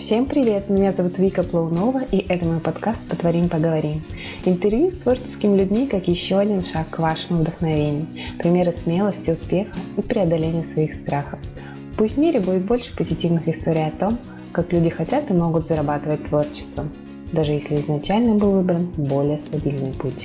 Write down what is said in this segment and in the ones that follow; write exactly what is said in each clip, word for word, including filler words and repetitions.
Всем привет! Меня зовут Вика Плаунова, и это мой подкаст «Потворим, поговорим». Интервью с творческими людьми как еще один шаг к вашему вдохновению, примеры смелости, успеха и преодоления своих страхов. Пусть в мире будет больше позитивных историй о том, как люди хотят и могут зарабатывать творчеством, даже если изначально был выбран более стабильный путь.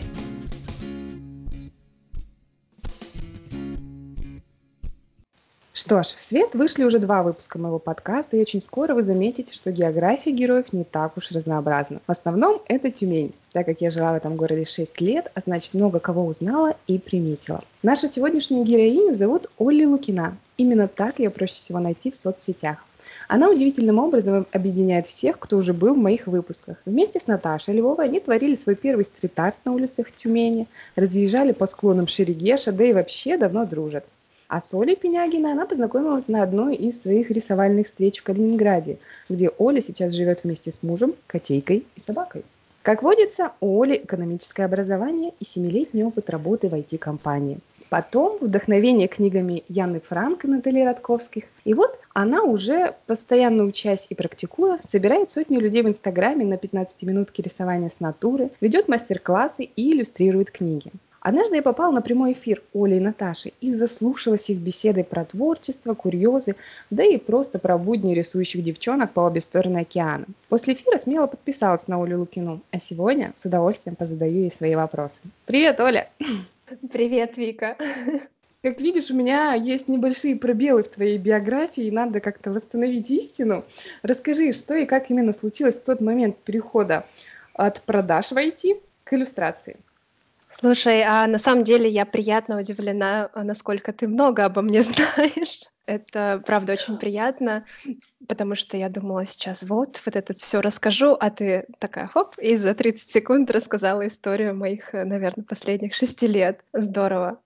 Что ж, в свет вышли уже два выпуска моего подкаста, и очень скоро вы заметите, что география героев не так уж разнообразна. В основном это Тюмень, так как я жила в этом городе шесть лет, а значит много кого узнала и приметила. Нашу сегодняшнюю героиню зовут Оля Лукина. Именно так ее проще всего найти в соцсетях. Она удивительным образом объединяет всех, кто уже был в моих выпусках. Вместе с Наташей Львовой они творили свой первый стрит-арт на улицах Тюмени, разъезжали по склонам Шерегеша, да и вообще давно дружат. А с Олей Пинягиной она познакомилась на одной из своих рисовальных встреч в Калининграде, где Оля сейчас живет вместе с мужем, котейкой и собакой. Как водится, у Оли экономическое образование и семилетний опыт работы в ай ти-компании. Потом вдохновение книгами Яны Франк и Натальи Радковских. И вот она уже, постоянно учась и практикуя, собирает сотни людей в Инстаграме на пятнадцатиминутки рисования с натуры, ведет мастер-классы и иллюстрирует книги. Однажды я попала на прямой эфир Оли и Наташи и заслушалась их беседой про творчество, курьезы, да и просто про будни рисующих девчонок по обе стороны океана. После эфира смело подписалась на Олю Лукину, а сегодня с удовольствием позадаю ей свои вопросы. Привет, Оля! Привет, Вика! Как видишь, у меня есть небольшие пробелы в твоей биографии, и надо как-то восстановить истину. Расскажи, что и как именно случилось в тот момент перехода от продаж в ай ти к иллюстрации. Слушай, а на самом деле я приятно удивлена, насколько ты много обо мне знаешь. Это, правда, очень приятно, потому что я думала сейчас, вот, вот это все расскажу, а ты такая, хоп, и за тридцать секунд рассказала историю моих, наверное, последних шести лет. Здорово.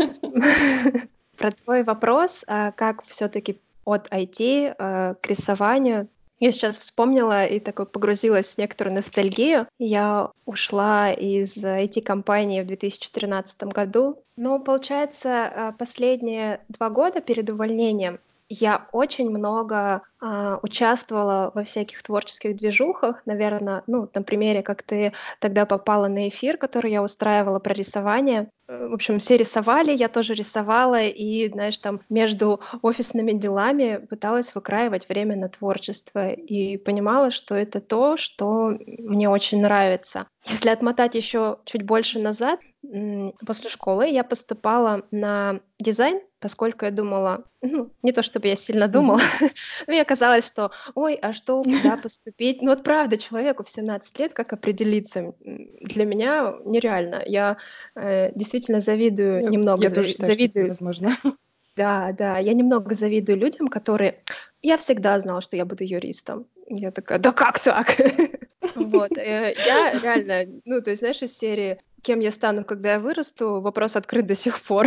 Про твой вопрос, как все-таки от ай ти к рисованию. Я сейчас вспомнила и такой погрузилась в некоторую ностальгию. Я ушла из ай ти-компании в две тысячи тринадцатом году. Но, получается, последние два года перед увольнением я очень много а, участвовала во всяких творческих движухах, наверное, ну, на примере, как ты тогда попала на эфир, который я устраивала про рисование. В общем, все рисовали, я тоже рисовала, и, знаешь, там между офисными делами пыталась выкраивать время на творчество, и понимала, что это то, что мне очень нравится. Если отмотать еще чуть больше назад, после школы я поступала на дизайн, поскольку я думала, ну, не то чтобы я сильно думала, mm-hmm. мне казалось, что, ой, а что, куда поступить? Ну вот правда, человеку в семнадцать лет как определиться? Для меня нереально. Я э, действительно завидую, я, немного я тоже считаю, завидую. Возможно. Да, да, я немного завидую людям, которые... Я всегда знала, что я буду юристом. Я такая, да как так? Вот, я реально, ну, то есть, знаешь, из серии «Кем я стану, когда я вырасту?» вопрос открыт до сих пор.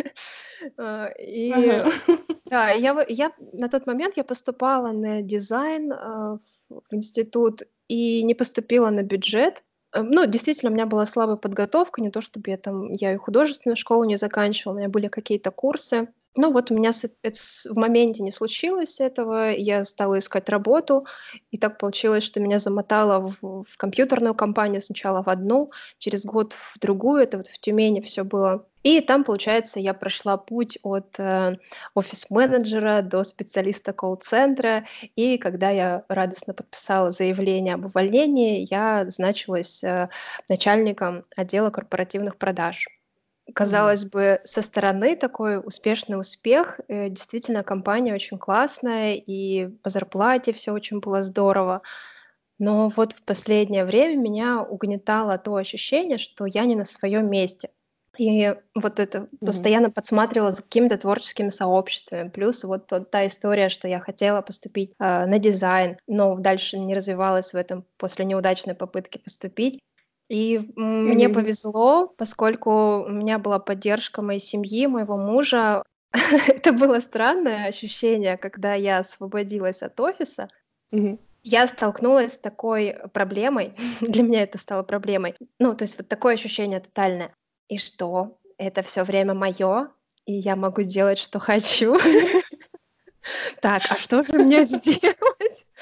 И ага. да, я, я на тот момент я поступала на дизайн в институт и не поступила на бюджет. Ну, действительно, у меня была слабая подготовка, не то чтобы я там, я и художественную школу не заканчивала, у меня были какие-то курсы. Ну, вот у меня в моменте не случилось этого, я стала искать работу, и так получилось, что меня замотало в, в компьютерную компанию, сначала в одну, через год в другую, это вот в Тюмени все было. И там, получается, я прошла путь от э, офис-менеджера до специалиста колл-центра, и когда я радостно подписала заявление об увольнении, я значилась э, начальником отдела корпоративных продаж. Казалось mm-hmm. бы, со стороны такой успешный успех. Э, действительно, компания очень классная, и по зарплате все очень было здорово. Но вот в последнее время меня угнетало то ощущение, что я не на своем месте. И вот это mm-hmm. постоянно подсматривала за какими-то творческими сообществами. Плюс вот тот, та история, что я хотела поступить э, на дизайн, но дальше не развивалась в этом после неудачной попытки поступить. И mm-hmm. мне повезло, поскольку у меня была поддержка моей семьи, моего мужа. Это было странное ощущение, когда я освободилась от офиса. Mm-hmm. Я столкнулась с такой проблемой. Для меня это стало проблемой. Ну, то есть вот такое ощущение тотальное. И что? Это все время мое, и я могу делать, что хочу. Так, а что же мне сделать?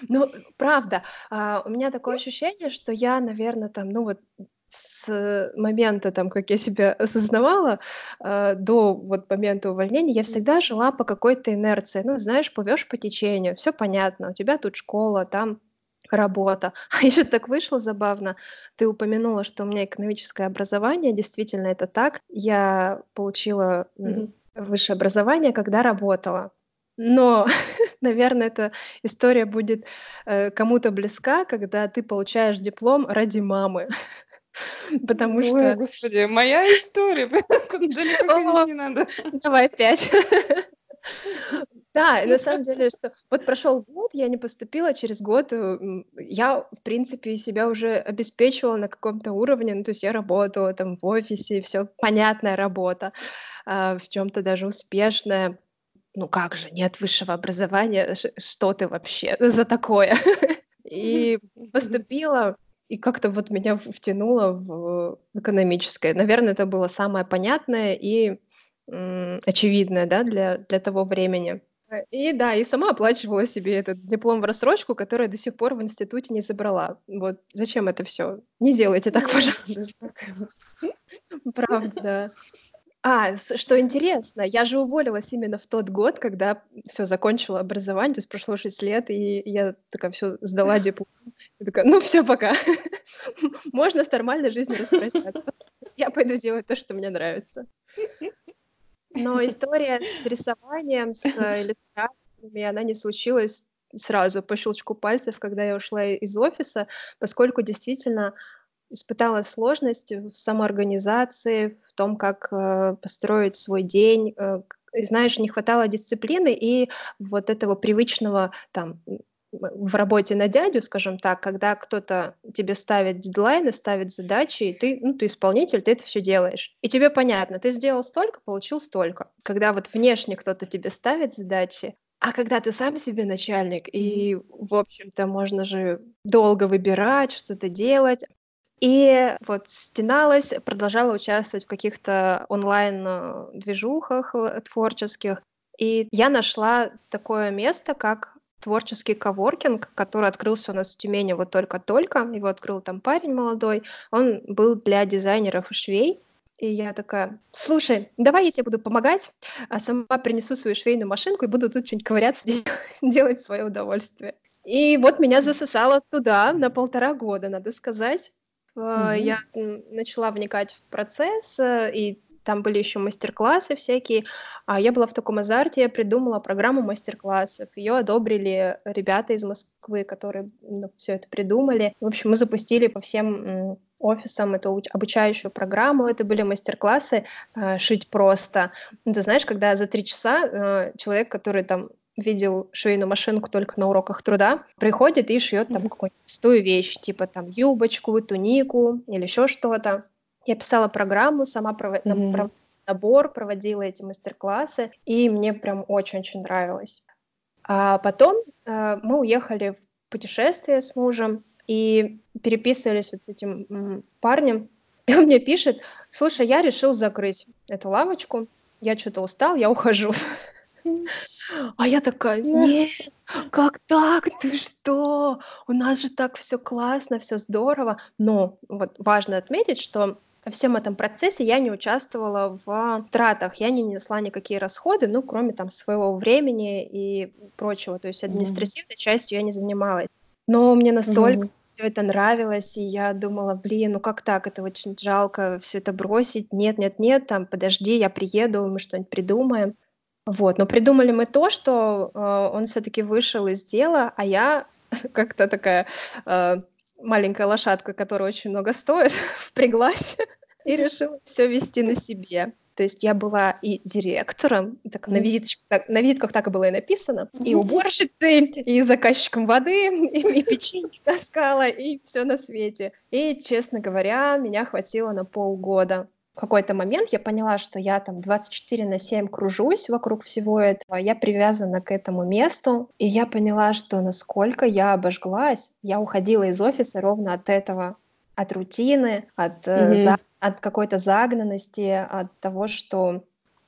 Ну, правда, а, у меня такое ощущение, что я, наверно, там, ну вот с момента, там, как я себя осознавала, а, до вот момента увольнения, я всегда жила по какой-то инерции. Ну, знаешь, плывёшь по течению, всё понятно, у тебя тут школа, там работа. А ещё так вышло забавно. Ты упомянула, что у меня экономическое образование. Действительно, это так. Я получила, м, Мгм. высшее образование, когда работала. Но, наверно, эта история будет, э, кому-то близка, когда ты получаешь диплом ради мамы. Потому Ой, что господи, моя история, куда далеко ходить О, не надо. давай опять. Да, и на самом деле, что вот прошёл год, я не поступила, через год, э, м, я, в принципе, себя уже обеспечивала на каком-то уровне. Ну, то есть я работала там в офисе, всё, понятная работа, а, в чём-то даже успешная. Ну как же, нет высшего образования? Ш что ты вообще за такое? И поступила, и как-то вот меня в втянуло в экономическое. Наверно, это было самое понятное и, м, очевидное, да, для для того времени. Э, и да, и сама оплачивала себе этот диплом в рассрочку, который я до сих пор в институте не забрала. Вот зачем это всё? Не делайте так, Ой, пожалуйста. даже так. Правда, да. А, с что интересно, я же уволилась именно в тот год, когда всё, закончила образование, то есть прошло шесть лет, и я такая: "Всё, сдала диплом". И такая: "Ну всё, пока. Можно с нормальной жизнью распрощаться. Я пойду делать то, что мне нравится". Но история с рисованием, с иллюстрациями, она не случилась сразу по щелчку пальцев, когда я ушла из офиса, поскольку действительно испытала сложности в самоорганизации, в том, как, э, построить свой день. Э, к и знаешь, не хватало дисциплины и вот этого привычного там, м, в работе на дядю, скажем так, когда кто-то тебе ставит дедлайны, ставит задачи, и ты, ну, ты исполнитель, ты это всё делаешь. И тебе понятно: ты сделал столько, получил столько. Когда вот внешне кто-то тебе ставит задачи, а когда ты сам себе начальник, Мгм. и, в общем-то, можно же долго выбирать, что-то делать. И вот стяналась, продолжала участвовать в каких-то онлайн, э, движухах, э, творческих. И я нашла такое место, как творческий коворкинг, который открылся у нас в Тюмени вот только-только. Его открыл там парень молодой. Он был для дизайнеров и швей. И я такая: "Слушай, давай я те буду помогать, а сама принесу свою швейную машинку и буду тут чё-нибудь ковыряться, де делать в своё удовольствие". И вот меня засосало туда на полтора года, надо сказать. Э, я, М. м, начала вникать в процесс, э, и там были ещё мастер-классы всякие. А я была в таком азарте, я придумала программу мастер-классов. Её одобрили ребята из Москвы, которые, ну, всё это придумали. В общем, мы запустили по всем, м, офисам эту уч обучающую программу. Это были мастер-классы, э, "Шить просто". Ну, ты знаешь, когда за три часа, э, человек, который там видел швейную машинку только на уроках труда, приходит и шьёт там Мгм. какую-нибудь простую вещь, типа там юбочку, тунику или ещё что-то. Я писала программу, сама прово Мгм. направ набор, проводила эти мастер-классы, и мне прям очень-очень нравилось. А потом, э, мы уехали в путешествие с мужем и переписывались вот с этим, м, парнем. И он мне пишет: "Слушай, я решил закрыть эту лавочку. Я чё-то устал, я ухожу". М. А я такая: Да. "Нет, как так? Ты что? У нас же так всё классно, всё здорово". Но вот важно отметить, что во всем этом процессе я не участвовала в тратах, я не несла никакие расходы, ну, кроме там своего времени и прочего. То есть Мгм. административной частью я не занималась. Но мне настолько Мгм. всё это нравилось, и я думала: "Блин, ну как так? Это очень жалко всё это бросить. Нет нет нет, там, подожди, я приеду, мы что-нибудь придумаем". Вот, но придумали мы то, что, э, он всё-таки вышел из дела, а я как-то такая, э, маленькая лошадка, которая очень много стоит, впряглась и решила всё вести на себе. То есть я была и директором, так на Мгм. визиточках так на визитках так и было и написано, и Мгм. уборщицей, и заказчиком воды, и и печеньки таскала, и всё на свете. И, честно говоря, меня хватило на полгода. В какой-то момент я поняла, что я там двадцать четыре на семь кружусь вокруг всего этого, я привязана к этому месту, и я поняла, что насколько я обожглась. Я уходила из офиса ровно от этого, от рутины, от, э, за Мгм. от какой-то загнанности, от того, что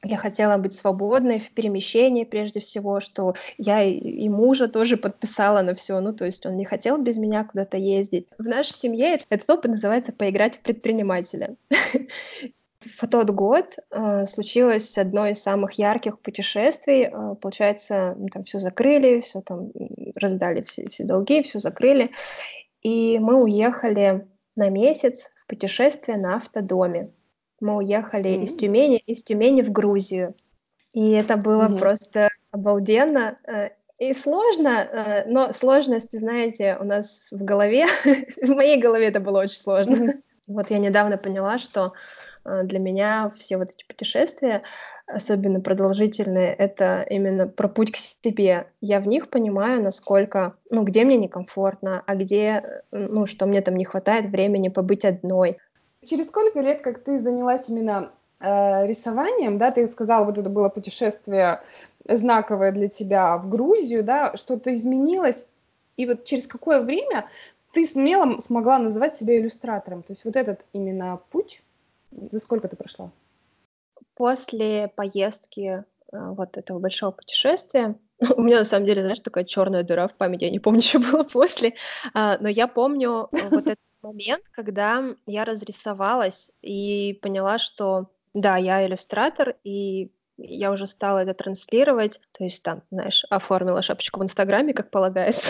Я хотела быть свободной в перемещении прежде всего, что я и, и мужа тоже подписала на все. Ну, то есть он не хотел без меня куда-то ездить. В нашей семье этот опыт называется «поиграть в предпринимателя». В тот год э, случилось одно из самых ярких путешествий. Э, получается, ну, там все закрыли, все там м, раздали все, все долги, все закрыли. И мы уехали на месяц в путешествие на автодоме. Мы уехали из М, Тюмени, из Тюмени в Грузию. И это было мгм. просто обалденно э, и сложно, э, но сложность, знаете, у нас в голове, в моей голове это было очень сложно. Мгм. Вот я недавно поняла, что э, для меня все вот эти путешествия, особенно продолжительные, это именно про путь к себе. Я в них понимаю, насколько, ну, где мне некомфортно, а где, э, ну, что мне там не хватает времени побыть одной. Через сколько лет, как ты занялась именно э, рисованием, да, ты сказала, вот это было путешествие знаковое для тебя в Грузию, да, что-то изменилось, и вот через какое время ты смело смогла называть себя иллюстратором? То есть вот этот именно путь, за сколько ты прошла? После поездки, а, вот этого большого путешествия, у меня на самом деле, знаешь, такая черная дыра в памяти, я не помню, что было после, а, но я помню, э, вот этот момент, когда я разрисовалась и поняла, что да, я иллюстратор, и я уже стала это транслировать. То есть там, знаешь, оформила шапочку в "Инстаграме", как полагается.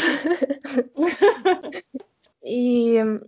И, м,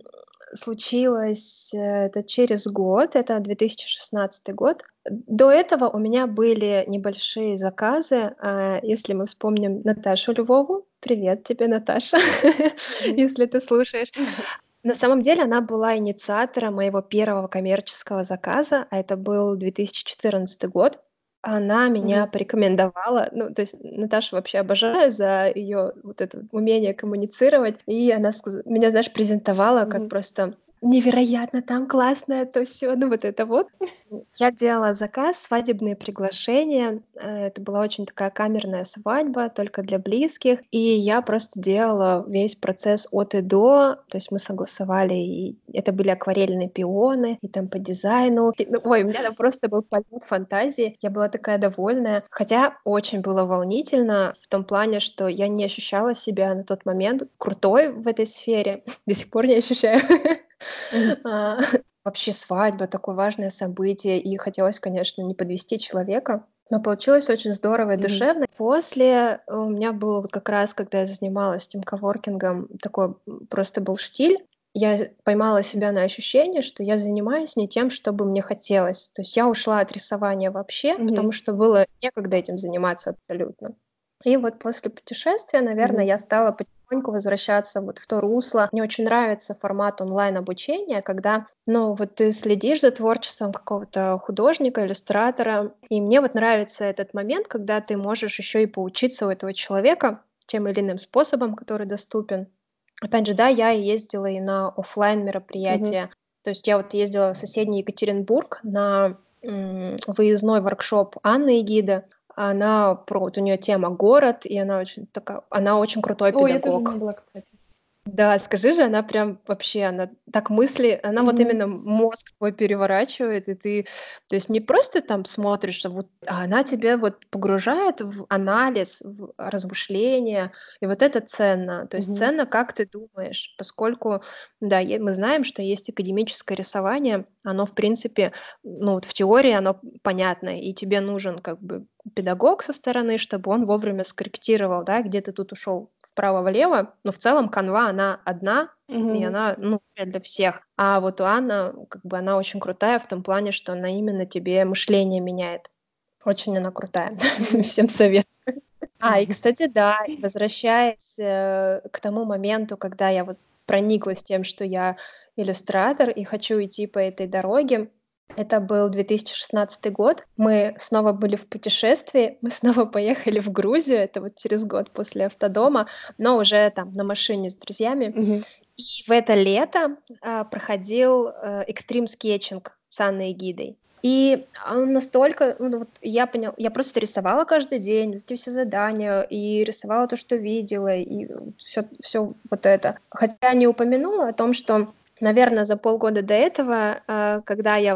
случилось, э, это через год, это две тысячи шестнадцатый год. До этого у меня были небольшие заказы. А, если мы вспомним Наташу Львову, привет тебе, Наташа, Мгм. если ты слушаешь. На самом деле она была инициатором моего первого коммерческого заказа, а это был две тысячи четырнадцатый год. Она меня Мгм. порекомендовала. Ну, то есть Наташу вообще обожаю за ее вот это умение коммуницировать. И она сказ меня, знаешь, презентовала как Мгм. просто невероятно, там классно, то все, ну, вот это вот. Я делала заказ, свадебные приглашения. Э, это была очень такая камерная свадьба, только для близких. И я просто делала весь процесс от и до. То есть мы согласовали, и это были акварельные пионы, и там по дизайну. И, ну, ой, у меня там просто был полет фантазии. Я была такая довольная. Хотя очень было волнительно в том плане, что я не ощущала себя на тот момент крутой в этой сфере. До сих пор не ощущаю. Мгм. А, Вообще свадьба — такое важное событие, и хотелось, конечно, не подвести человека, но получилось очень здорово и Мгм. душевно. После у меня было вот как раз, когда я занималась этим коворкингом, такой м, просто был штиль. Я поймала себя на ощущении, что я занимаюсь не тем, что бы мне хотелось. То есть я ушла от рисования вообще, Мгм. потому что было некогда этим заниматься абсолютно. И вот после путешествия, наверное, Мгм. я стала потихоньку возвращаться вот в то русло. Мне очень нравится формат онлайн-обучения, когда, ну, вот ты следишь за творчеством какого-то художника, иллюстратора. И мне вот нравится этот момент, когда ты можешь еще и поучиться у этого человека тем или иным способом, который доступен. Опять же, да, я и ездила и на оффлайн Мгм. мероприятия. То есть я вот ездила в соседний Екатеринбург на м, выездной воркшоп Анны Эгиды. Она про вот у нее тема город, и она очень такая, она очень крутой Ой, я тоже не педагог. была, кстати. Да, скажи же, она прям вообще, она так мысли, она вот Мгм. именно мозг твой переворачивает, и ты, то есть не просто там смотришь, а вот, а она тебя вот погружает в анализ, в размышления, и вот это ценно. То есть Мгм. ценно, как ты думаешь, поскольку, да, е- мы знаем, что есть академическое рисование, оно, в принципе, ну, вот в теории оно понятно, и тебе нужен как бы педагог со стороны, чтобы он вовремя скорректировал, да, где ты тут ушел вправо-влево, но в целом канва, она одна, и Мгм. она, ну, для всех. А вот у Анны, как бы, она очень крутая в том плане, что она именно тебе мышление меняет. Очень она крутая. Мгм. Всем советую. А, и, кстати, да, возвращаясь э, к тому моменту, когда я вот прониклась тем, что я иллюстратор и хочу идти по этой дороге, это был две тысячи шестнадцатый год. Мы снова были в путешествии, мы снова поехали в Грузию, это вот через год после автодома, но уже там на машине с друзьями. Мгм. И в это лето а, проходил э, экстрим-скетчинг с Анной Эгидой. И он настолько, ну вот я поняла, я просто рисовала каждый день вот эти все задания и рисовала то, что видела, и все, все вот это. Хотя не упомянула о том, что, наверное, за полгода до этого, а, когда я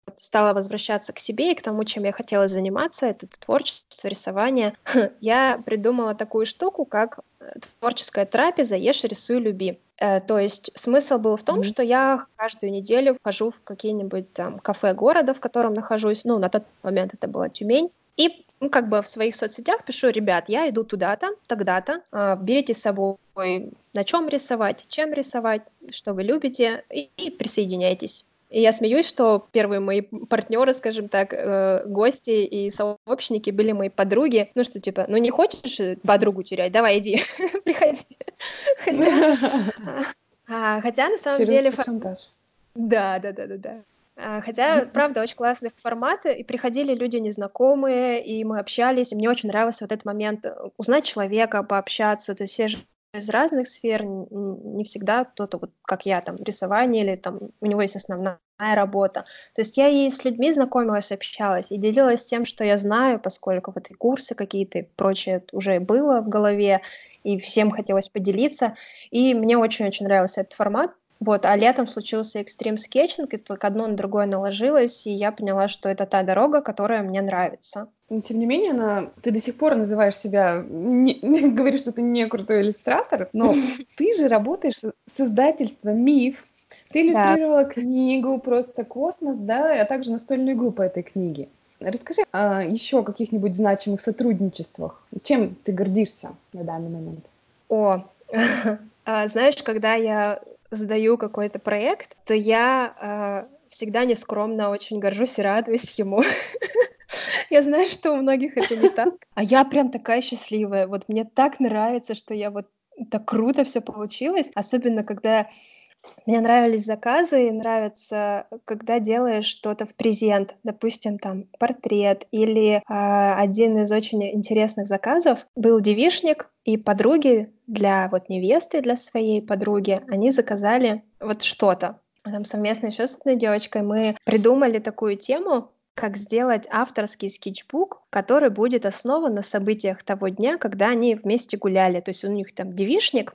стала возвращаться к себе и к тому, чем я хотела заниматься, это творчество, рисование, я придумала такую штуку, как творческая трапеза «Ешь, рисуй, люби». Э, то есть смысл был в том, Мгм. что я каждую неделю вхожу в какие-нибудь там кафе города, в котором нахожусь, ну, на тот момент это была Тюмень, и ну, как бы в своих соцсетях пишу: ребят, я иду туда-то, тогда-то, а, берите с собой на чем рисовать, чем рисовать, что вы любите, и, и присоединяйтесь. И я смеюсь, что первые мои партнеры, скажем так, э, гости и сообщники были мои подруги. Ну что, типа, ну не хочешь э, подругу терять, давай иди, приходи. Хотя, а, а, хотя на самом Через деле, фо- шантаж. да, да, да, да, да. А, Хотя, Мгм. правда, очень классные форматы, и приходили люди незнакомые, и мы общались, и мне очень нравился вот этот момент э, узнать человека, пообщаться, то есть все же из разных сфер, н- н- не всегда кто-то, вот как я, там, рисование, или там у него есть основная работа. То есть я и с людьми знакомилась, общалась, и делилась тем, что я знаю, поскольку вот и курсы какие-то и прочее уже было в голове, и всем хотелось поделиться, и мне очень-очень нравился этот формат. Вот, а летом случился экстрим скетчинг, и только одно на другое наложилось, и я поняла, что это та дорога, которая мне нравится. Но тем не менее, она, ты до сих пор называешь себя, не- говоришь, что ты не крутой иллюстратор, но ты же работаешь с с издательством «Миф». Ты Да. иллюстрировала книгу «Просто космос», да, а также настольную игру по этой книге. Расскажи о еще каких-нибудь значимых сотрудничествах. Чем ты гордишься на данный момент? О, а, знаешь, когда я сдаю какой-то проект, то я а, всегда нескромно очень горжусь и радуюсь ему. Я знаю, что у многих это не так. А я прям такая счастливая. Вот мне так нравится, что я вот так круто все получилось. Особенно, когда мне нравились заказы, и нравится, когда делаешь что-то в презент. Допустим, там портрет или а, один из очень интересных заказов был девичник, и подруги для вот невесты, для своей подруги, они заказали вот что-то. А Там совместно еще с одной девочкой мы придумали такую тему, как сделать авторский скетчбук, который будет основан на событиях того дня, когда они вместе гуляли. То есть у них там девичник,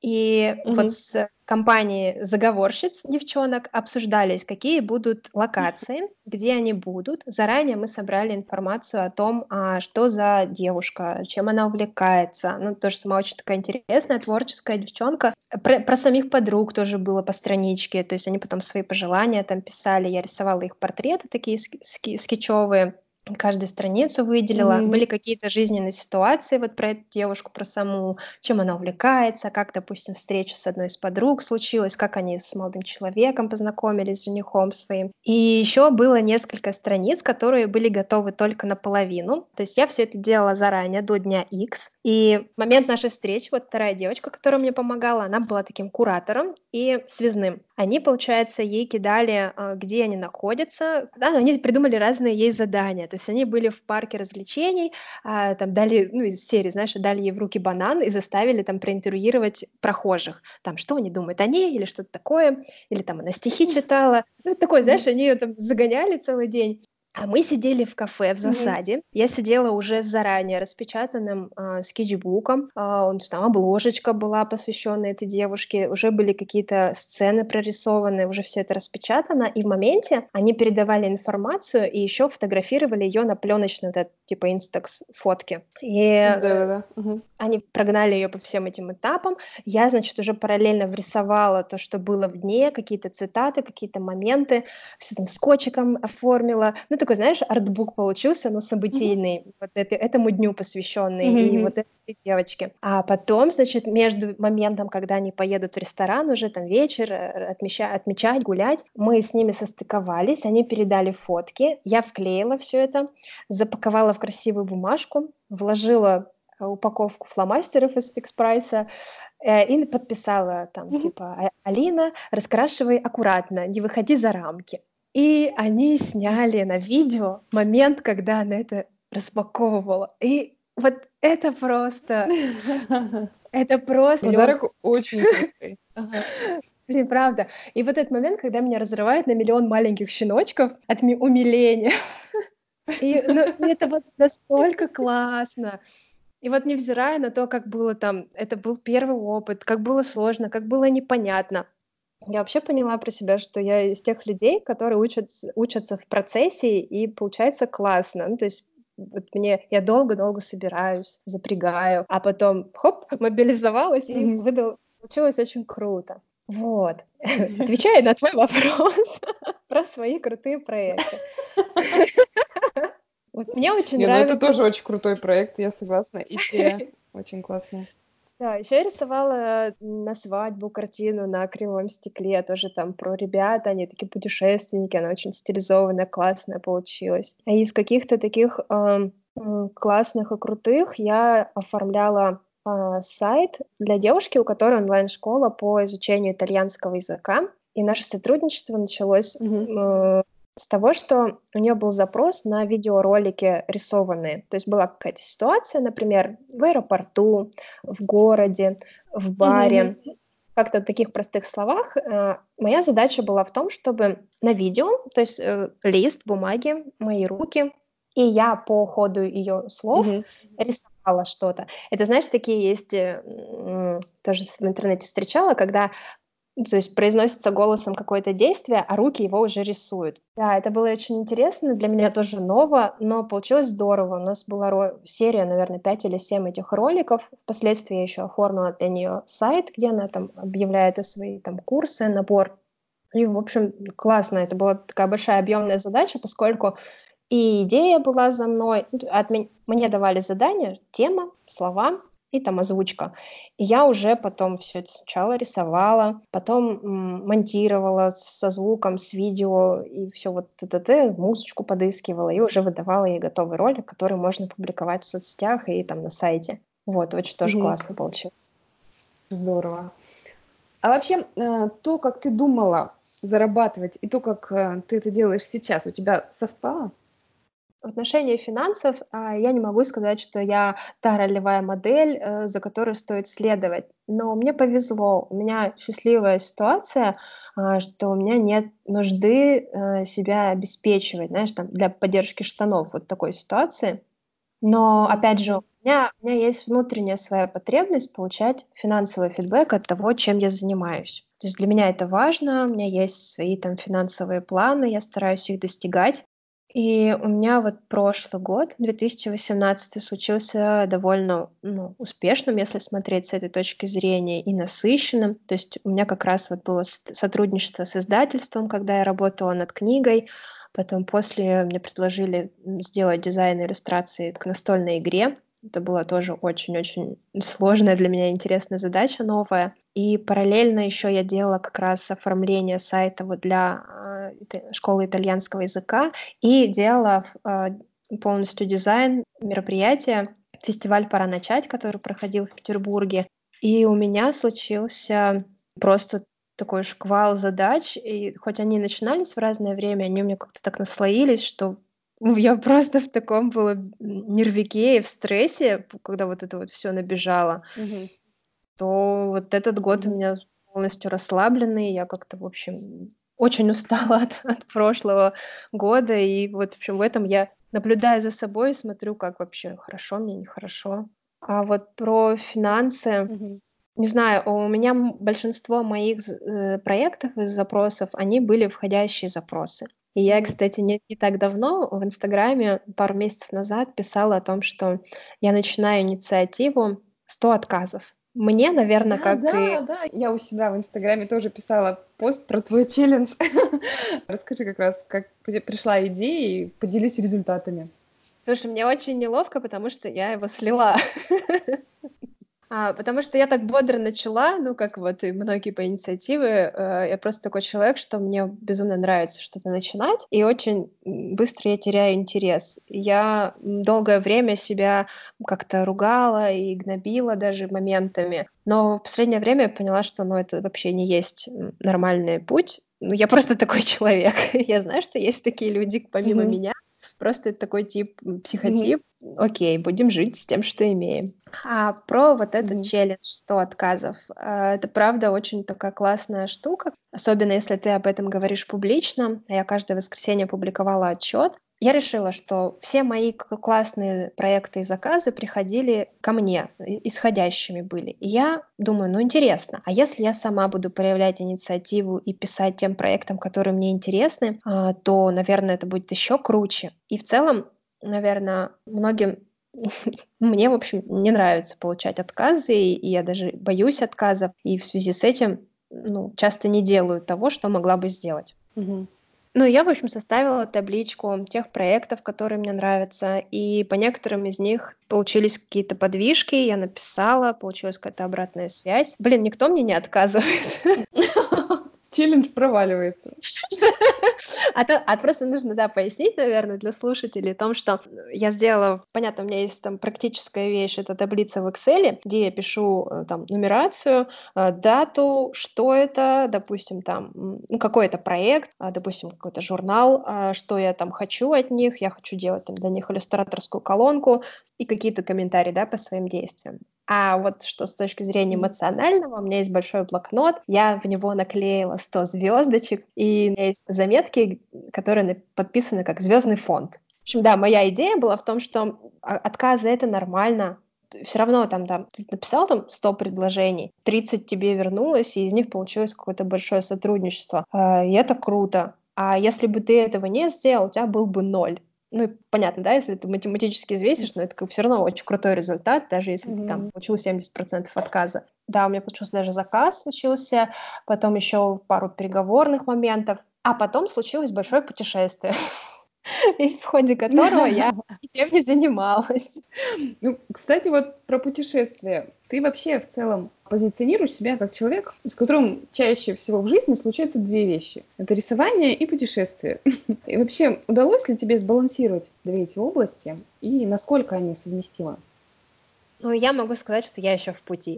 и вот Мгм. с компанией заговорщиц, девчонок, обсуждались, какие будут локации, где они будут. Заранее мы собрали информацию о том, а, что за девушка, чем она увлекается. Ну, тоже сама очень такая интересная, творческая девчонка. Про, про самих подруг тоже было по страничке, то есть они потом свои пожелания там писали, я рисовала их портреты такие ски- ски- скетчевые, каждую страницу выделила. Были Мгм. какие-то жизненные ситуации вот про эту девушку, про саму, чем она увлекается, как, допустим, встреча с одной из подруг случилась, как они с молодым человеком познакомились, с женихом своим. И еще было несколько страниц, которые были готовы только наполовину. То есть я все это делала заранее, до дня X. И в момент нашей встречи, вот вторая девочка, которая мне помогала, она была таким куратором и связным. Они, получается, ей кидали, а, где они находятся. Да, но они придумали разные ей задания. То есть они были в парке развлечений, а, там дали, ну, из серии, знаешь, дали ей в руки банан и заставили там проинтервьюировать прохожих. Там, что они думают о ней или что-то такое, или там она стихи читала. Ну, это такое, знаешь, они ее там загоняли целый день. А мы сидели в кафе в Мгм. засаде. Я сидела уже с заранее распечатанным а, скетчбуком. А, он, там обложечка была посвященная этой девушке. Уже были какие-то сцены прорисованы, уже все это распечатано. И в моменте они передавали информацию и еще фотографировали ее на пленочной, вот этот, типа, инстакс фотки. И э, Да-да-да. Мгм. они прогнали ее по всем этим этапам. Я, значит, уже параллельно врисовала то, что было в дне, какие-то цитаты, какие-то моменты, все там скотчиком оформила. Ну, такой, знаешь, артбук получился, но Мгм. событийный, вот это, этому дню посвященный, и Мгм. вот этой девочке. А потом, значит, между моментом, когда они поедут в ресторан, уже там вечер, э, отмеча- отмечать, гулять, мы с ними состыковались, они передали фотки, я вклеила все это, запаковала в красивую бумажку, вложила э, упаковку фломастеров из фикс прайса э, и подписала там Мгм. типа «А- Алина, раскрашивай аккуратно, не выходи за рамки». И они сняли на видео момент, когда она это распаковывала. И вот это просто, это просто, миллион, Подарок очень крутой. Ага. блин, правда. И вот этот момент, когда меня разрывает на миллион маленьких щеночков от ми- умиления. И ну, это вот настолько классно. И вот невзирая на то, как было там, это был первый опыт, как было сложно, как было непонятно. Я вообще поняла про себя, что я из тех людей, которые учатся, учатся в процессе, и получается классно. Ну, то есть вот мне я долго-долго собираюсь, запрягаю, а потом хоп, мобилизовалась и Мгм. выдал. Получилось очень круто. Вот. Отвечая на твой вопрос про свои крутые проекты. Вот мне очень Не, ну это нравится. тоже очень крутой проект, я согласна. Идея очень классная. Да, еще я рисовала на свадьбу картину на кривом стекле, тоже там про ребят, они такие путешественники, она очень стилизованная, классная получилась. А из каких-то таких ам, м, классных и крутых я оформляла а, сайт для девушки, у которой онлайн-школа по изучению итальянского языка. И наше сотрудничество началось Мгм. м, с того, что у нее был запрос на видеоролики рисованные. То есть была какая-то ситуация, например, в аэропорту, в городе, в Мгм, мгм. баре. Как-то в таких простых словах. Э, моя задача была в том, чтобы на видео, то есть э, лист бумаги, мои руки, и я по ходу ее слов Мгм. рисовала что-то. Это, знаешь, такие есть, э, м, тоже в интернете встречала, когда ну, то есть произносится голосом какое-то действие, а руки его уже рисуют. Да, это было очень интересно, для меня тоже ново, но получилось здорово. У нас была ро- серия, наверное, пять или семь этих роликов. Впоследствии я еще оформила для нее сайт, где она там объявляет о свои там курсы, набор. И, в общем, классно. Это была такая большая объемная задача, поскольку и идея была за мной. Ну, от ме- мне давали задание, тема, слова и там озвучка. И я уже потом все это сначала рисовала, потом м, монтировала со звуком, с видео, и все вот т-т-т, музычку подыскивала, и уже выдавала ей готовый ролик, который можно публиковать в соцсетях и там на сайте. Вот, очень тоже Мгм. классно получилось. Здорово. А вообще, э, то, как ты думала зарабатывать, и то, как э, ты это делаешь сейчас, у тебя совпало? В отношении финансов, а, я не могу сказать, что я та ролевая модель, э, за которой стоит следовать. Но мне повезло. У меня счастливая ситуация, а, что у меня нет нужды, э, себя обеспечивать, знаешь, там, для поддержки штанов, вот такой ситуации. Но, Мгм, опять же, у мгм. меня у меня есть внутренняя своя потребность получать финансовый фидбэк от того, чем я занимаюсь. То есть для меня это важно, у меня есть свои там финансовые планы, я стараюсь их достигать. И у меня вот прошлый год, две тысячи восемнадцатый, случился довольно, ну, успешным, если смотреть с этой точки зрения, и насыщенным. То есть у меня как раз вот было с сотрудничество с издательством, когда я работала над книгой. Потом после мне предложили, м, сделать дизайн и иллюстрации к настольной игре. Это была тоже очень-очень сложная для меня интересная задача, новая. И параллельно еще я делала как раз оформление сайта вот для, а, ита школы итальянского языка и делала а, полностью дизайн мероприятия, фестиваль "Пора начать", который проходил в Петербурге. И у меня случился просто такой шквал задач, и хоть они начинались в разное время, они у меня как-то так наслоились, что ну, я просто в таком была м, нервике и в стрессе, п когда вот это вот все набежало, Мгм, то вот этот год у мгм. меня полностью расслабленный. Я как-то, в общем, очень устала от от прошлого года. И вот, в общем, в этом я наблюдаю за собой и смотрю, как вообще хорошо мне, нехорошо. А вот про финансы Мгм. не знаю, у меня м большинство моих з э, проектов из запросов, они были входящие запросы. И я, Мгм. кстати, не не так давно в "Инстаграме", пару месяцев назад, писала о том, что я начинаю инициативу "сто отказов". Мне, наверное, Да, как и да, да. Я у себя в "Инстаграме" тоже писала пост про твой челлендж. Расскажи как раз, как тебе пришла идея, и поделись результатами. слушай, мне очень неловко, потому что я его слила. А, потому что я так бодро начала, ну, как вот и многие по инициативы. Э, я просто такой человек, что мне безумно нравится что-то начинать, и очень, м, быстро я теряю интерес. Я, м, долгое время себя как-то ругала и гнобила даже моментами, но в последнее время я поняла, что, ну, это вообще не есть, м, нормальный путь. Ну, я просто такой человек. Я знаю, что есть такие люди помимо Мгм. меня. Просто это такой тип, м, Мгм. психотип. Окей, будем жить с тем, что имеем. А про вот этот Мгм. челлендж сто отказов. А, это правда очень такая классная штука, особенно если ты об этом говоришь публично. Я каждое воскресенье публиковала отчет. я решила, что все мои к- классные проекты и заказы приходили ко мне, и- исходящими были. И я думаю, ну интересно, а если я сама буду проявлять инициативу и писать тем проектам, которые мне интересны, а, то, наверное, это будет еще круче. И в целом, наверное, многим мне, в общем, не нравится получать отказы, и я даже боюсь отказов, и в связи с этим, ну, часто не делаю того, что могла бы сделать. Мгм. Ну, я, в общем, составила табличку тех проектов, которые мне нравятся, и по некоторым из них получились какие-то подвижки, я написала, получилась какая-то обратная связь. Блин, никто мне не отказывает. Челлендж проваливается. А, то, а просто нужно, да, пояснить, наверное, для слушателей о том, что я сделала, понятно, у меня есть там практическая вещь, это таблица в Excel, где я пишу э, там нумерацию, э, дату, что это, допустим, там, м, ну, какой это проект, а, допустим, какой-то журнал, а, что я там хочу от них, я хочу делать там для них иллюстраторскую колонку и какие-то комментарии, да, по своим действиям. А вот что с точки зрения Мгм. эмоционального, у меня есть большой блокнот, я в него наклеила сто звездочек, и у меня есть заметки, которые на- подписаны как «Звездный фонд». В общем, да, моя идея была в том, что а, отказы — это нормально. Все равно там, там ты написал там сто предложений, тридцать тебе вернулось, и из них получилось какое-то большое сотрудничество. А, И это круто. А если бы ты этого не сделал, у тебя был бы ноль. Ну, и понятно, да, если ты математически взвесишь, но это все равно очень крутой результат, даже если ты там Мгм. получил семьдесят процентов отказа. Да, у меня получился даже заказ случился, потом еще пару переговорных моментов, а потом случилось большое путешествие, и в ходе которого я ничем не занималась. Ну, кстати, вот про путешествия. Ты вообще в целом позиционируешь себя как человек, с которым чаще всего в жизни случаются две вещи. Это рисование и путешествие. И вообще, удалось ли тебе сбалансировать две эти области и насколько они совместимы? Ну, я могу сказать, что я еще в пути.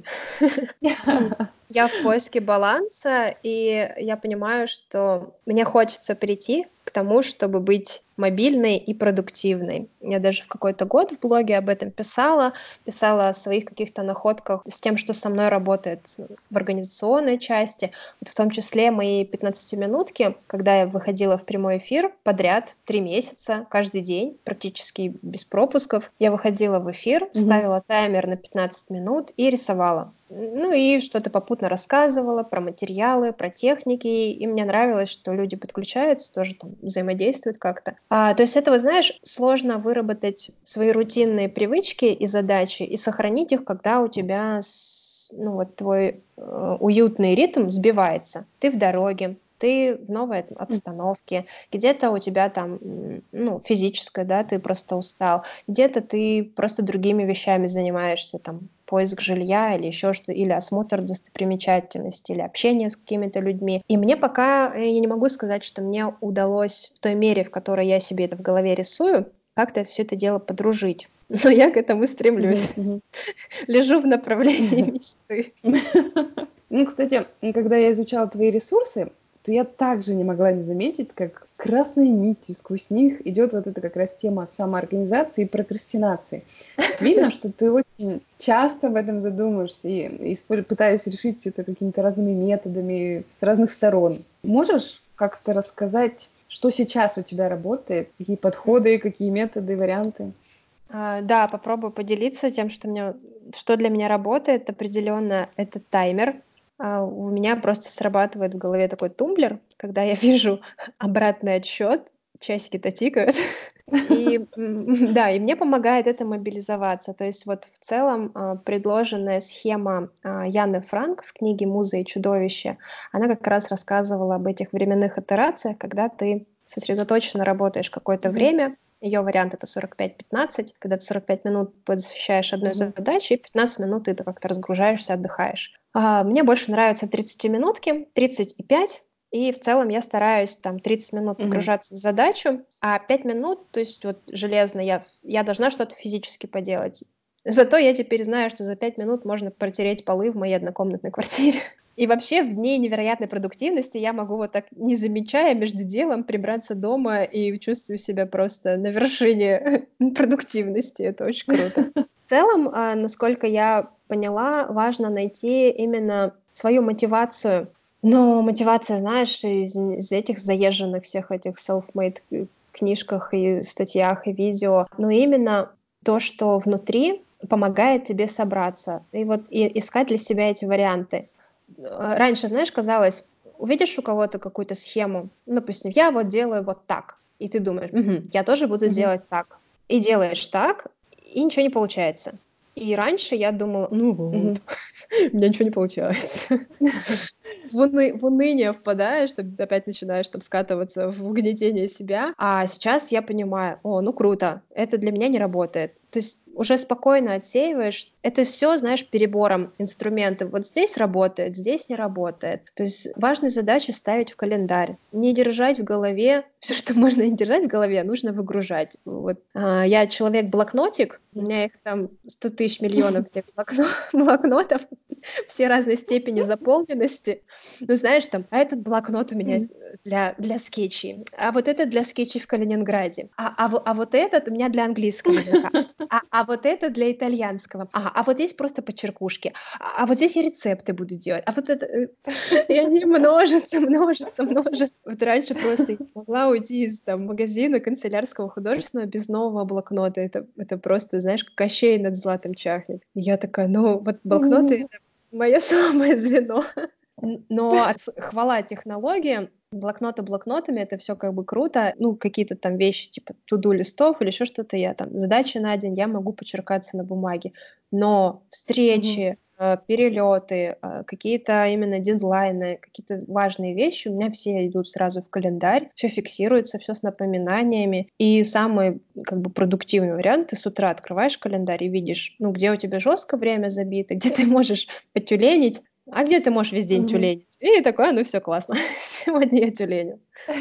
Ну, я в поиске баланса, и я понимаю, что мне хочется прийти к тому, чтобы быть мобильной и продуктивной. Я даже в какой-то год в блоге об этом писала, писала о своих каких-то находках с тем, что со мной работает в организационной части, вот в том числе мои пятнадцатиминутки, когда я выходила в прямой эфир подряд три месяца, каждый день, практически без пропусков. Я выходила в эфир, Мгм. ставила таймер на пятнадцать минут и рисовала. Ну и что-то попутно рассказывала про материалы, про техники, и мне нравилось, что люди подключаются, тоже там взаимодействуют как-то. А, то есть это, вот знаешь, сложно выработать свои рутинные привычки и задачи и сохранить их, когда у тебя с- ну, вот твой э, уютный ритм сбивается. Ты в дороге, ты в новой обстановке, где-то у тебя там, м, ну, физическое, да, ты просто устал, где-то ты просто другими вещами занимаешься, там, поиск жилья или еще что-то, или осмотр достопримечательностей, или общение с какими-то людьми. И мне пока, э, я не могу сказать, что мне удалось в той мере, в которой я себе это в голове рисую, как-то все это дело подружить. Но я к этому Мгм. стремлюсь. Мгм. Лежу в направлении мечты. Ну, кстати, когда я изучала твои ресурсы, то я также не могла не заметить, как красной нитью сквозь них идет вот эта как раз тема самоорганизации и прокрастинации. То есть видно, что ты очень часто об этом задумаешься и, и спо- пытаешься решить все это какими-то разными методами с разных сторон. Можешь как-то рассказать, что сейчас у тебя работает, какие подходы, какие методы, варианты? А, да, попробую поделиться тем, что мне, что для меня работает. Определенно, это таймер. А, у меня просто срабатывает в голове такой тумблер, когда я вижу обратный отсчет, часики-то тикают. И м, да, и мне помогает это мобилизоваться. То есть вот в целом а, предложенная схема а, Яны Франк в книге «Муза и чудовище», она как раз рассказывала об этих временных итерациях, когда ты сосредоточенно работаешь какое-то Мгм. время. Ее вариант — это сорок пять пятнадцать, когда ты сорок пять минут посвящаешь одной Мгм. задаче, и пятнадцать минут ты как-то разгружаешься, отдыхаешь. А, мне больше нравятся тридцатиминутки, тридцать и пять, и в целом я стараюсь там тридцать минут Мгм. погружаться в задачу, а пять минут, то есть вот железно я, я должна что-то физически поделать. Зато я теперь знаю, что за пять минут можно протереть полы в моей однокомнатной квартире. И вообще в дни невероятной продуктивности я могу вот так, не замечая, между делом прибраться дома и чувствую себя просто на вершине продуктивности. Это очень круто. В целом, а, насколько я поняла, важно найти именно свою мотивацию. Но мотивация, знаешь, из, из этих заезженных всех этих self-made книжках и статьях, и видео, но именно то, что внутри помогает тебе собраться и вот и искать для себя эти варианты. Раньше, знаешь, казалось, увидишь у кого-то какую-то схему, ну, допустим, я вот делаю вот так, и ты думаешь, угу, я тоже буду Мгм. делать так. И делаешь так, и ничего не получается. И раньше я думала, ну Мгм. вот, у меня ничего не получается. В, уны- в уныние впадаешь, ты опять начинаешь там скатываться в угнетение себя. А сейчас я понимаю, о, ну круто, это для меня не работает. То есть уже спокойно отсеиваешь. Это все, знаешь, перебором инструменты. Вот здесь работает, здесь не работает. То есть важная задача ставить в календарь. Не держать в голове все, что можно не держать в голове, нужно выгружать. Вот. А, я человек-блокнотик, у меня их там сто тысяч миллионов этих блокно- блокнотов, все разной степени заполненности. Ну, знаешь, там, а этот блокнот у меня Мгм. для, для скетчей, а вот этот для скетчей в Калининграде, а, а, во- а вот этот у меня для английского языка, а, а вот это для итальянского, ага, а вот здесь просто подчеркушки, а, а вот здесь я рецепты буду делать, а вот это... э, И они множатся, множатся, множатся. Вот раньше просто я не могла уйти из там, магазина канцелярского художественного без нового блокнота. Это, это просто, знаешь, как Кощей над златом чахнет. И я такая, ну, вот блокноты — это мое слабое звено. Н- Но от с- хвала технологиям, блокноты блокнотами, это все как бы круто. Ну, какие-то там вещи типа туду листов или еще что-то, я там задачи на день, я могу почеркаться на бумаге. Но Мгм. встречи, э, перелеты, э, какие-то именно дедлайны, какие-то важные вещи у меня все идут сразу в календарь, все фиксируется, все с напоминаниями. И самый как бы продуктивный вариант: ты с утра открываешь календарь и видишь, ну, где у тебя жестко время забито, где ты можешь потюленить, а где ты можешь весь день Мгм. тюленить? И такое, ну все классно, сегодня я тюленю.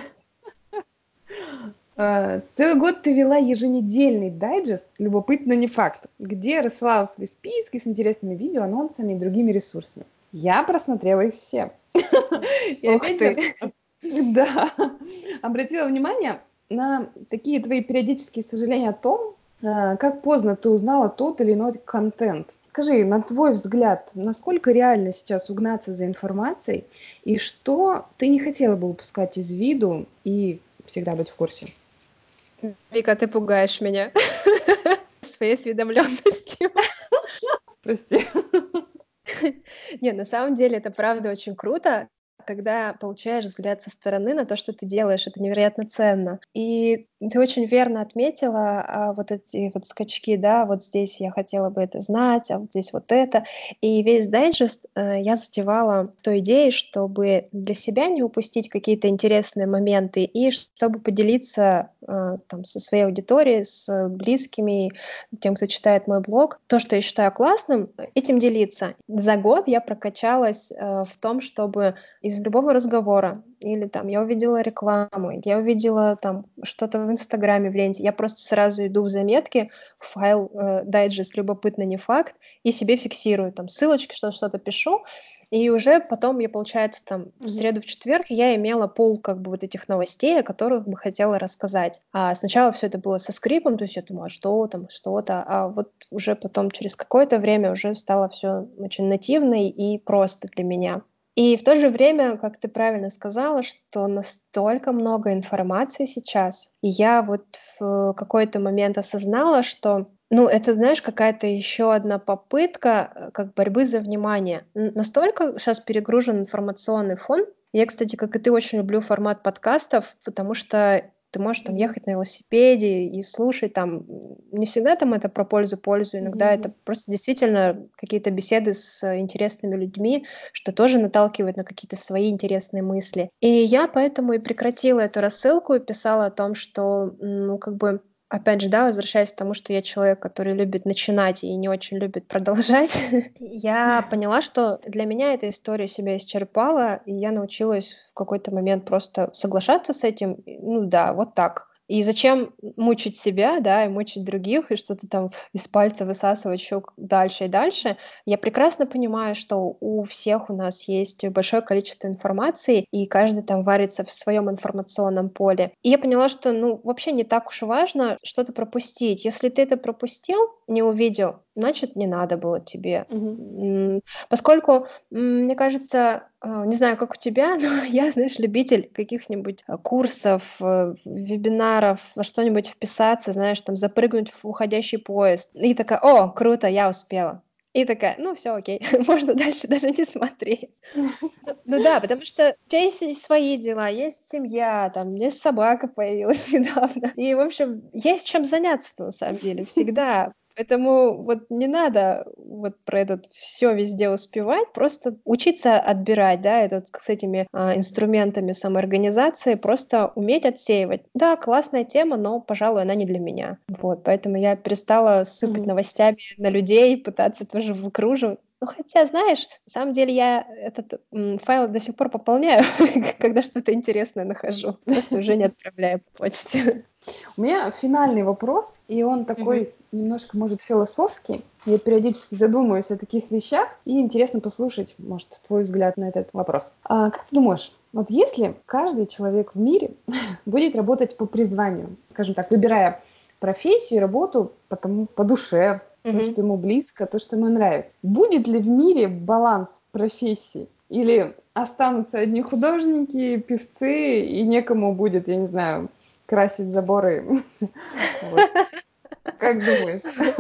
А, Целый год ты вела еженедельный дайджест «Любопытно, не факт», где рассылала свои списки с интересными видео, анонсами и другими ресурсами. Я просмотрела их все. И Ух опять же, ты! а, да, обратила внимание на такие твои периодические сожаления о том, а, как поздно ты узнала тот или иной контент. Скажи, на твой взгляд, насколько реально сейчас угнаться за информацией, и что ты не хотела бы упускать из виду и всегда быть в курсе? Вика, ты пугаешь меня своей осведомленностью. Прости. Не, на самом деле это правда очень круто, когда получаешь взгляд со стороны на то, что ты делаешь. Это невероятно ценно. И ты очень верно отметила, а, вот эти вот скачки, да, вот здесь я хотела бы это знать, а вот здесь вот это. И весь дайджест э, я затевала той идеей, чтобы для себя не упустить какие-то интересные моменты и чтобы поделиться э, там со своей аудиторией, с близкими, тем, кто читает мой блог. То, что я считаю классным, э, этим делиться. За год я прокачалась э, в том, чтобы из любого разговора или там я увидела рекламу, или я увидела там что-то в Инстаграме, в ленте, я просто сразу иду в заметки, в файл э, дайджест «Любопытно, не факт» и себе фиксирую там ссылочки, что что-то пишу, и уже потом мне, получается, там в Мгм. среду, в четверг я имела пул как бы вот этих новостей, о которых бы хотела рассказать. А сначала все это было со скрипом, то есть я думала, что там, что-то, а вот уже потом через какое-то время уже стало все очень нативно и просто для меня. И в то же время, как ты правильно сказала, что настолько много информации сейчас, и я вот в какой-то момент осознала, что, ну, это, знаешь, какая-то еще одна попытка э, как борьбы за внимание. Н- Настолько сейчас перегружен информационный фон. Я, кстати, как и ты, очень люблю формат подкастов, потому что ты можешь там Мгм. ехать на велосипеде и слушать там. м, Не всегда там это про пользу-пользу, иногда это Мгм. просто действительно какие-то беседы с э, интересными людьми, что тоже наталкивает на какие-то свои интересные мысли. И я поэтому и прекратила эту рассылку и писала о том, что, м, ну, как бы, опять же, да, возвращаясь к тому, что я человек, который любит начинать и не очень любит продолжать, я поняла, что для меня эта история себя исчерпала, и я научилась в какой-то момент просто соглашаться с этим. И, ну да, вот так. И зачем мучить себя, да, и мучить других, и что-то там из пальца высасывать еще дальше и дальше. Я прекрасно понимаю, что у всех у нас есть большое количество информации, и каждый там варится в своем информационном поле. И я поняла, что, ну, вообще не так уж и важно что-то пропустить. Если ты это пропустил, не увидел, значит, не надо было тебе. Мгм. М, Поскольку, м, мне кажется, а, не знаю, как у тебя, но я, знаешь, любитель каких-нибудь а, курсов, э, вебинаров, во что-нибудь вписаться, знаешь, там запрыгнуть в уходящий поезд. И такая, о, круто, я успела. И такая, ну все, окей, можно дальше даже не смотреть. Ну ну да, потому что у тебя есть и свои дела, есть семья, там, есть собака появилась недавно. И, в общем, есть чем заняться на самом деле всегда. Поэтому вот не надо вот про этот все везде успевать, просто учиться отбирать, да, это вот с этими, а, инструментами самоорганизации, просто уметь отсеивать. Да, классная тема, но, пожалуй, она не для меня. Вот, поэтому я перестала сыпать Мгм. новостями на людей, пытаться тоже выкруживать. Ну, хотя, знаешь, на самом деле я этот, м, файл до сих пор пополняю, когда что-то интересное нахожу. Просто уже не отправляю по почте. У меня финальный вопрос, и он Мгм. такой немножко, может, философский. Я периодически задумываюсь о таких вещах, и интересно послушать, может, твой взгляд на этот вопрос. А, как ты думаешь, вот если каждый человек в мире будет работать по призванию, скажем так, выбирая профессию, работу по, тому, по душе, то, Мгм. что ему близко, то, что ему нравится, будет ли в мире баланс профессий? Или останутся одни художники, певцы, и некому будет, я не знаю, красить заборы. Вот. Как думаешь,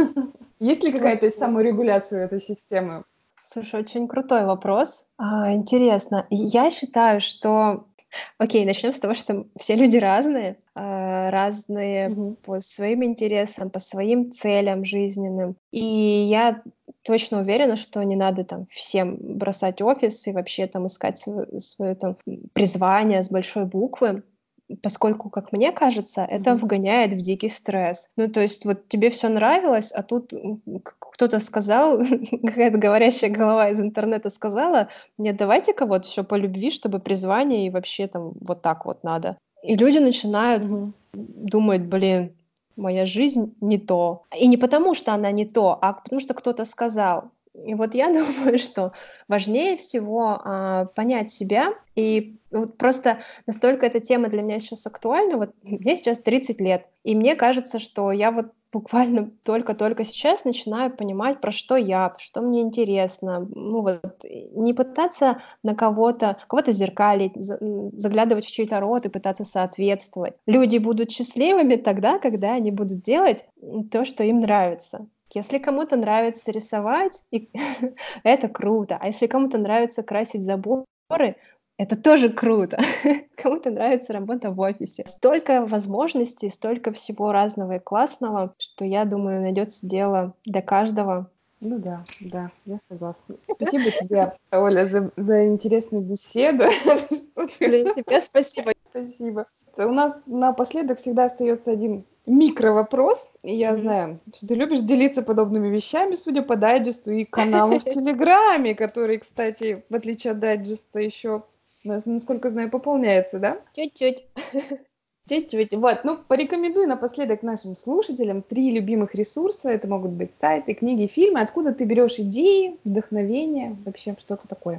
есть ли какая-то Слушай, саморегуляция у этой системы? слушай, очень крутой вопрос. А, интересно. И Я считаю, что... Окей, начнем с того, что все люди разные, а, разные Мгм. по своим интересам, по своим целям жизненным. И я точно уверена, что не надо там всем бросать офис и вообще там искать свое, там призвание с большой буквы. Поскольку, как мне кажется, это Мгм. вгоняет в дикий стресс. Ну, то есть вот тебе все нравилось, а тут м, к- кто-то сказал, какая-то говорящая голова из интернета сказала: нет, давайте-ка вот все по любви, чтобы призвание и вообще там вот так вот надо. И люди начинают Мгм. думать: блин, моя жизнь не то. И не потому, что она не то, а потому что кто-то сказал. И вот я думаю, что важнее всего а, понять себя. И вот просто настолько эта тема для меня сейчас актуальна. Вот мне сейчас тридцать лет, и мне кажется, что я вот буквально только-только сейчас начинаю понимать, про что я, что мне интересно. Ну вот, и не пытаться на кого-то, кого-то зеркалить, за- м, заглядывать в чей-то рот и пытаться соответствовать. Люди будут счастливыми тогда, когда они будут делать м, то, что им нравится. Если кому-то нравится рисовать, и это круто. А если кому-то нравится красить заборы, это тоже круто. Кому-то нравится работа в офисе. Столько возможностей, столько всего разного и классного, что, я думаю, найдется дело для каждого. Ну да, да, я согласна. Спасибо тебе, Оля, за, за интересную беседу. Что ты- Блин, тебе спасибо. Спасибо. У нас напоследок всегда остается один микровопрос. И я Мгм. знаю, что ты любишь делиться подобными вещами, судя по дайджесту и каналу в Телеграме, который, кстати, в отличие от дайджеста, еще, насколько знаю, пополняется, да? Чуть-чуть. Чуть-чуть. Вот, ну, порекомендуй напоследок нашим слушателям три любимых ресурса. Это могут быть сайты, книги, фильмы. Откуда ты берешь идеи, вдохновение, вообще что-то такое?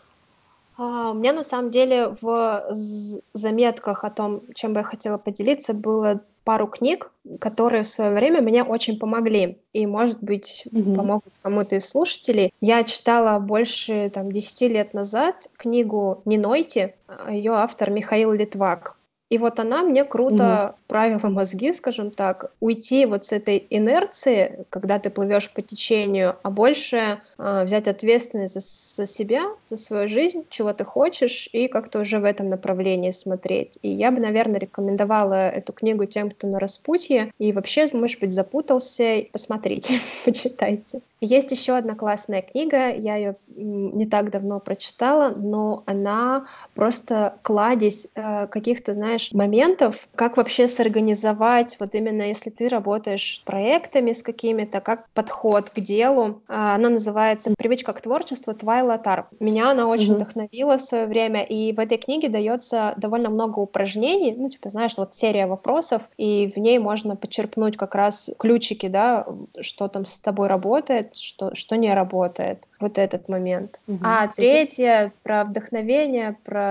А, у меня на самом деле в з заметках о том, чем бы я хотела поделиться, было пару книг, которые в свое время мне очень помогли и, может быть, Мгм. помогут кому-то из слушателей. Я читала больше, там, десяти лет назад книгу "Не нойте", ее автор Михаил Литвак. И вот она мне Мгм. круто правила мозги, скажем так. Уйти вот с этой инерции, когда ты плывешь по течению, а больше, а, взять ответственность за за себя, за свою жизнь, чего ты хочешь, и как-то уже в этом направлении смотреть. И я бы, наверное, рекомендовала эту книгу тем, кто на распутье и вообще, может быть, запутался. Посмотрите, почитайте. Есть еще одна классная книга, я ее не так давно прочитала, но она просто кладезь э, каких-то, знаешь, моментов, как вообще сорганизовать, вот именно если ты работаешь с проектами с какими-то, как подход к делу. А, Она называется «Привычка к творчеству» Твай Лотар. Меня она очень Мгм. вдохновила в свое время, и в этой книге дается довольно много упражнений, ну, типа, знаешь, вот серия вопросов, и в ней можно почерпнуть как раз ключики, да, что там с тобой работает, что, что не работает. Вот этот момент. Мгм. А Супер. третье про вдохновение, про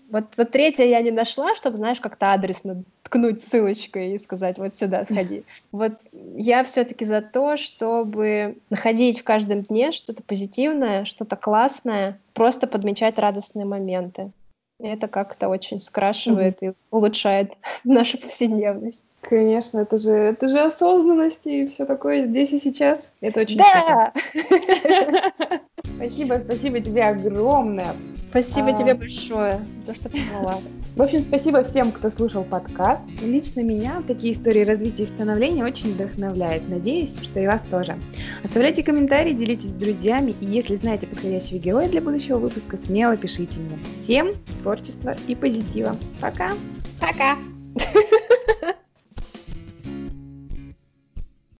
Вот, вот третье я не нашла, чтобы, знаешь, как-то адресно ткнуть ссылочкой и сказать, вот сюда сходи. Вот я все-таки за то, чтобы находить в каждом дне что-то позитивное, что-то классное, просто подмечать радостные моменты. Это как-то очень скрашивает mm-hmm. и улучшает нашу повседневность. Конечно, это же, это же осознанность и все такое здесь и сейчас. Это очень да! Спасибо, спасибо тебе огромное. Спасибо а... тебе большое за то, что позвала. В общем, спасибо всем, кто слушал подкаст. Лично меня такие истории развития и становления очень вдохновляют. Надеюсь, что и вас тоже. Оставляйте комментарии, делитесь с друзьями. И если знаете подходящего героя для будущего выпуска, смело пишите мне. Всем творчества и позитива. Пока! Пока!